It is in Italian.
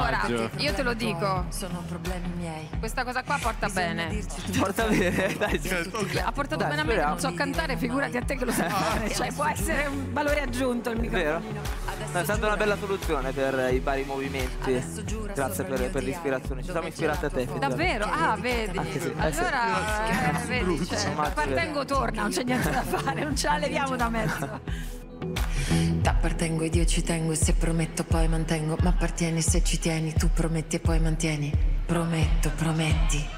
Allora, messaggio. io te lo dico, Sono problemi miei. questa cosa qua porta bene. Porta bene, dai. Ha portato Dai, bene a me che non speriamo. so cantare, figurati a te che lo sai fare. Cioè, può essere un valore aggiunto il Vero? microfonino. No, è stata una bella soluzione per i vari movimenti. Grazie per l'ispirazione. Ci siamo ispirati a te. effettivamente. Davvero? Ah, vedi. Anche sì. Allora, vedi, cioè, Insomma, appartengo torna, non c'è niente da fare, non ce la leviamo da mezzo. T'appartengo ed io ci tengo e se prometto poi mantengo. Ma appartieni se ci tieni, tu prometti e poi mantieni. Prometto, prometti.